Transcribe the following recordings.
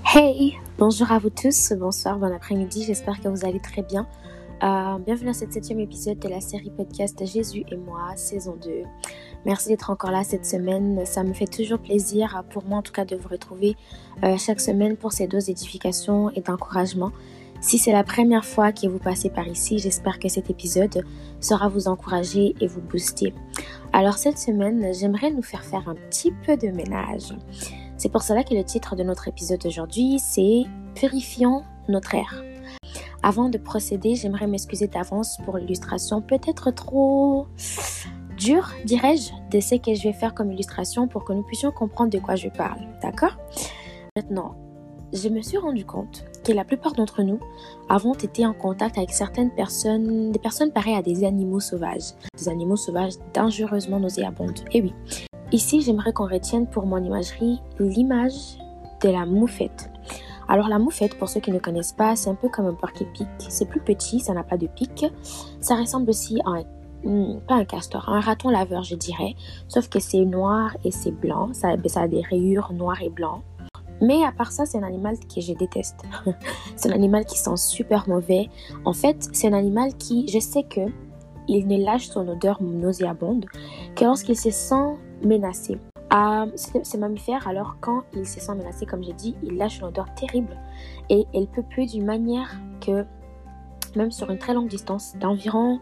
Hey, bonjour à vous tous, bonsoir, bon après-midi, j'espère que vous allez très bien. Bienvenue dans ce 7e épisode de la série podcast Jésus et moi, saison 2. Merci d'être encore là cette semaine, ça me fait toujours plaisir, pour moi en tout cas, de vous retrouver chaque semaine pour ces doses d'édification et d'encouragement. Si c'est la première fois que vous passez par ici, j'espère que cet épisode sera vous encourager et vous booster. Alors cette semaine, j'aimerais nous faire un petit peu de ménage. C'est pour cela que le titre de notre épisode d'aujourd'hui, c'est « Purifions notre air ». Avant de procéder, j'aimerais m'excuser d'avance pour l'illustration peut-être trop dure, dirais-je, de ce que je vais faire comme illustration pour que nous puissions comprendre de quoi je parle, d'accord ? Maintenant, je me suis rendu compte que la plupart d'entre nous avons été en contact avec certaines personnes, des personnes pareilles à des animaux sauvages dangereusement nauséabondes. Et oui, ici j'aimerais qu'on retienne pour mon imagerie l'image de la moufette. Alors la moufette, pour ceux qui ne connaissent pas, c'est un peu comme un porc-épic. C'est plus petit, ça n'a pas de pic. Ça ressemble aussi à pas un castor, un raton laveur je dirais, sauf que c'est noir et c'est blanc. Ça a des rayures noires et blancs. Mais à part ça, c'est un animal que je déteste. C'est un animal qui sent super mauvais. En fait, c'est un animal qui, je sais que il ne lâche son odeur nauséabonde que lorsqu'il se sent menacé. C'est mammifère, alors quand il se sent menacé, comme j'ai dit, il lâche une odeur terrible et elle peut puer d'une manière que, même sur une très longue distance, d'environ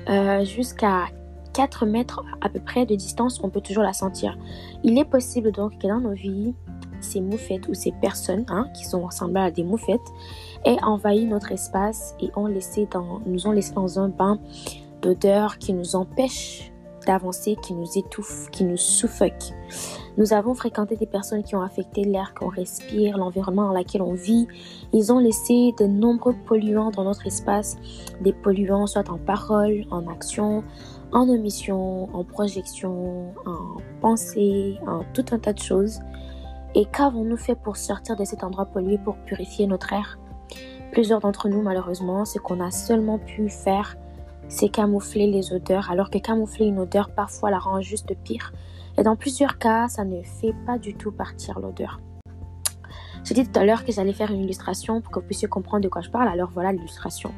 jusqu'à 4 mètres à peu près de distance, on peut toujours la sentir. Il est possible donc que dans nos vies, ces moufettes ou ces personnes qui sont semblables à des moufettes aient envahi notre espace et nous ont laissé dans un bain d'odeur qui nous empêche d'avancer, qui nous étouffe, qui nous suffoque. Nous avons fréquenté des personnes qui ont affecté l'air qu'on respire, l'environnement dans lequel on vit. Ils ont laissé de nombreux polluants dans notre espace, des polluants soit en parole, en action, en omission, en projection, en pensée, en tout un tas de choses. Et qu'avons-nous fait pour sortir de cet endroit pollué, pour purifier notre air ? Plusieurs d'entre nous, malheureusement, ce qu'on a seulement pu faire, c'est camoufler les odeurs, alors que camoufler une odeur parfois la rend juste pire. Et dans plusieurs cas, ça ne fait pas du tout partir l'odeur. J'ai dit tout à l'heure que j'allais faire une illustration pour que vous puissiez comprendre de quoi je parle, alors voilà l'illustration.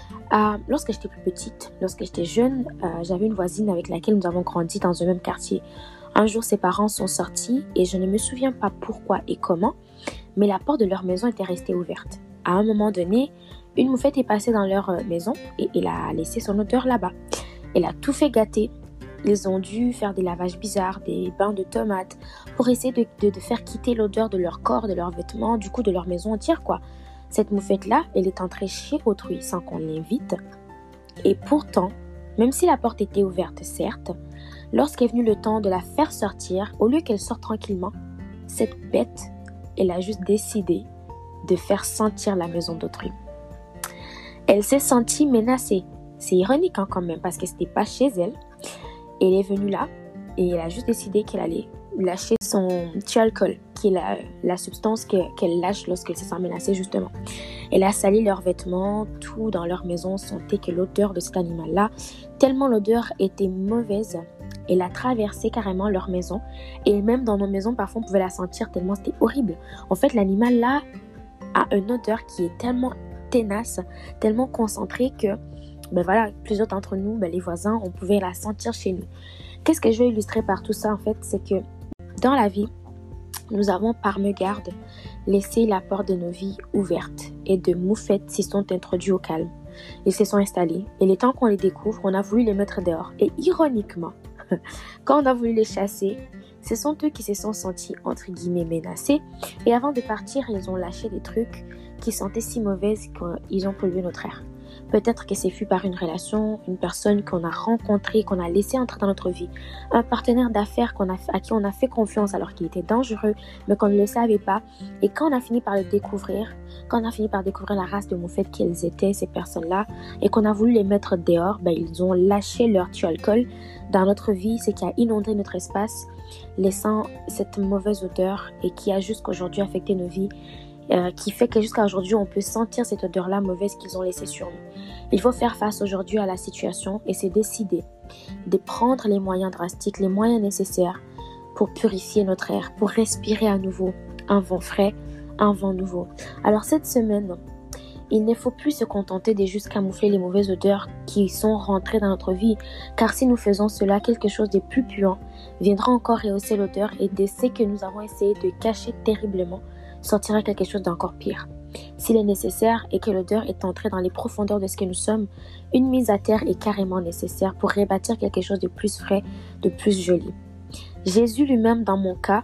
Lorsque j'étais plus petite, lorsque j'étais jeune, j'avais une voisine avec laquelle nous avons grandi dans un même quartier. Un jour, ses parents sont sortis et je ne me souviens pas pourquoi et comment, mais la porte de leur maison était restée ouverte. À un moment donné, une moufette est passée dans leur maison et elle a laissé son odeur là-bas. Elle a tout fait gâter. Ils ont dû faire des lavages bizarres, des bains de tomates pour essayer de faire quitter l'odeur de leur corps, de leurs vêtements, du coup de leur maison entière quoi. Cette moufette-là, elle est entrée chez autrui sans qu'on l'invite. Et pourtant, même si la porte était ouverte certes, lorsqu'est venu le temps de la faire sortir, au lieu qu'elle sorte tranquillement, cette bête, elle a juste décidé de faire sentir la maison d'autrui. Elle s'est sentie menacée. C'est ironique quand même parce que c'était pas chez elle. Elle est venue là et elle a juste décidé qu'elle allait lâcher son thiolkol, qui est la substance qu'elle lâche lorsqu'elle se sent menacée justement. Elle a sali leurs vêtements, tout dans leur maison sentait que l'odeur de cet animal-là, tellement l'odeur était mauvaise, elle a traversé carrément leur maison et même dans nos maisons parfois on pouvait la sentir tellement c'était horrible. En fait l'animal-là a une odeur qui est tellement tenace, tellement concentrée que plusieurs d'entre nous, les voisins, on pouvait la sentir chez nous. Qu'est-ce que je veux illustrer par tout ça en fait, c'est que dans la vie, nous avons par mégarde laissé la porte de nos vies ouverte et de moufettes s'y sont introduits au calme. Ils se sont installés et le temps qu'on les découvre, on a voulu les mettre dehors. Et ironiquement, quand on a voulu les chasser, ce sont eux qui se sont sentis entre guillemets menacés et avant de partir, ils ont lâché des trucs qui sentaient si mauvaises qu'ils ont pollué notre air. Peut-être que c'est fut par une relation, une personne qu'on a rencontrée, qu'on a laissé entrer dans notre vie, un partenaire d'affaires à qui on a fait confiance alors qu'il était dangereux, mais qu'on ne le savait pas. Et quand on a fini par le découvrir, quand on a fini par découvrir la race de moufettes qu'elles étaient, ces personnes-là, et qu'on a voulu les mettre dehors, ils ont lâché leur thiolkol dans notre vie, ce qui a inondé notre espace, laissant cette mauvaise odeur et qui a jusqu'aujourd'hui affecté nos vies. Qui fait que jusqu'à aujourd'hui, on peut sentir cette odeur-là mauvaise qu'ils ont laissée sur nous. Il faut faire face aujourd'hui à la situation et se décider de prendre les moyens drastiques, les moyens nécessaires pour purifier notre air, pour respirer à nouveau un vent frais, un vent nouveau. Alors cette semaine, il ne faut plus se contenter de juste camoufler les mauvaises odeurs qui sont rentrées dans notre vie, car si nous faisons cela, quelque chose de plus puant viendra encore rehausser l'odeur et de ce que nous avons essayé de cacher terriblement sortira quelque chose d'encore pire. S'il est nécessaire et que l'odeur est entrée dans les profondeurs de ce que nous sommes, une mise à terre est carrément nécessaire pour rebâtir quelque chose de plus frais, de plus joli. Jésus lui-même, dans mon cas,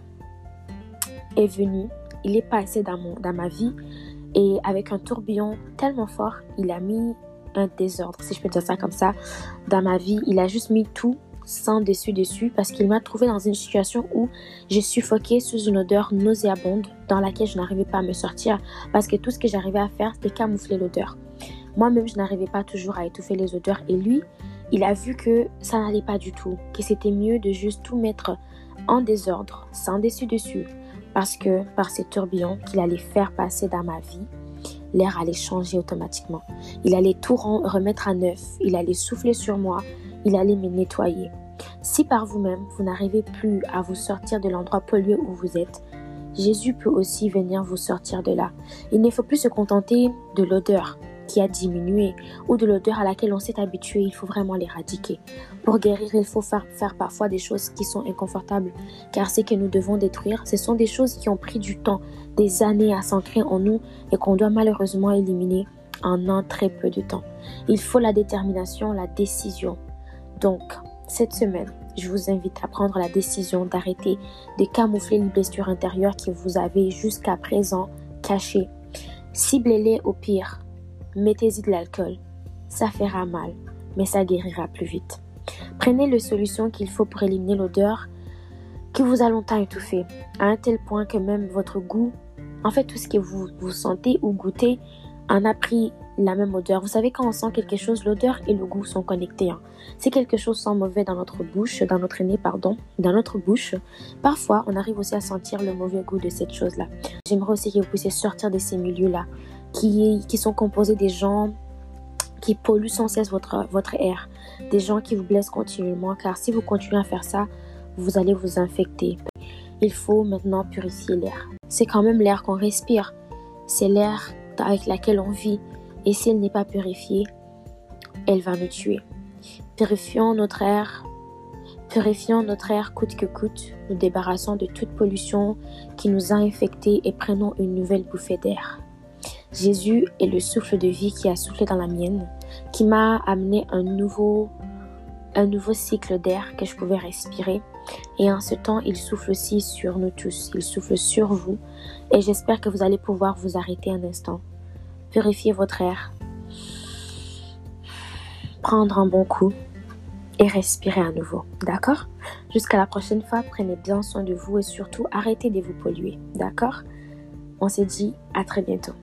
est venu, il est passé dans ma vie et avec un tourbillon tellement fort, il a mis un désordre, si je peux dire ça comme ça, dans ma vie. Il a juste mis tout sans dessus parce qu'il m'a trouvé dans une situation où je suffoquais sous une odeur nauséabonde dans laquelle je n'arrivais pas à me sortir parce que tout ce que j'arrivais à faire, c'était camoufler l'odeur. Moi-même, je n'arrivais pas toujours à étouffer les odeurs et lui, il a vu que ça n'allait pas du tout, que c'était mieux de juste tout mettre en désordre, sans dessus, parce que par ces tourbillons qu'il allait faire passer dans ma vie, l'air allait changer automatiquement. Il allait tout remettre à neuf, il allait souffler sur moi, il allait me nettoyer. Si par vous-même, vous n'arrivez plus à vous sortir de l'endroit pollué où vous êtes, Jésus peut aussi venir vous sortir de là. Il ne faut plus se contenter de l'odeur qui a diminué ou de l'odeur à laquelle on s'est habitué. Il faut vraiment l'éradiquer. Pour guérir, il faut faire parfois des choses qui sont inconfortables, car ce que nous devons détruire, ce sont des choses qui ont pris du temps, des années à s'ancrer en nous et qu'on doit malheureusement éliminer en un très peu de temps. Il faut la détermination, la décision. Donc, cette semaine, je vous invite à prendre la décision d'arrêter de camoufler les blessures intérieures que vous avez jusqu'à présent cachées. Ciblez-les au pire. Mettez-y de l'alcool. Ça fera mal, mais ça guérira plus vite. Prenez les solutions qu'il faut pour éliminer l'odeur qui vous a longtemps étouffé, à un tel point que même votre goût, en fait tout ce que vous sentez ou goûtez, en a pris la même odeur. Vous savez, quand on sent quelque chose, l'odeur et le goût sont connectés. Si quelque chose sent mauvais dans notre bouche, dans notre bouche, parfois on arrive aussi à sentir le mauvais goût de cette chose-là. J'aimerais aussi que vous puissiez sortir de ces milieux-là, qui sont composés des gens qui polluent sans cesse votre air, des gens qui vous blessent continuellement, car si vous continuez à faire ça, vous allez vous infecter. Il faut maintenant purifier l'air. C'est quand même l'air qu'on respire, c'est l'air avec laquelle on vit, et si elle n'est pas purifiée, elle va nous tuer. Purifions notre air coûte que coûte, nous débarrassons de toute pollution qui nous a infectés et prenons une nouvelle bouffée d'air. Jésus est le souffle de vie qui a soufflé dans la mienne, qui m'a amené un nouveau cycle d'air que je pouvais respirer. Et en ce temps, il souffle aussi sur nous tous, il souffle sur vous. Et j'espère que vous allez pouvoir vous arrêter un instant, purifier votre air, prendre un bon coup et respirer à nouveau, d'accord? Jusqu'à la prochaine fois, prenez bien soin de vous et surtout arrêtez de vous polluer, d'accord? On se dit à très bientôt.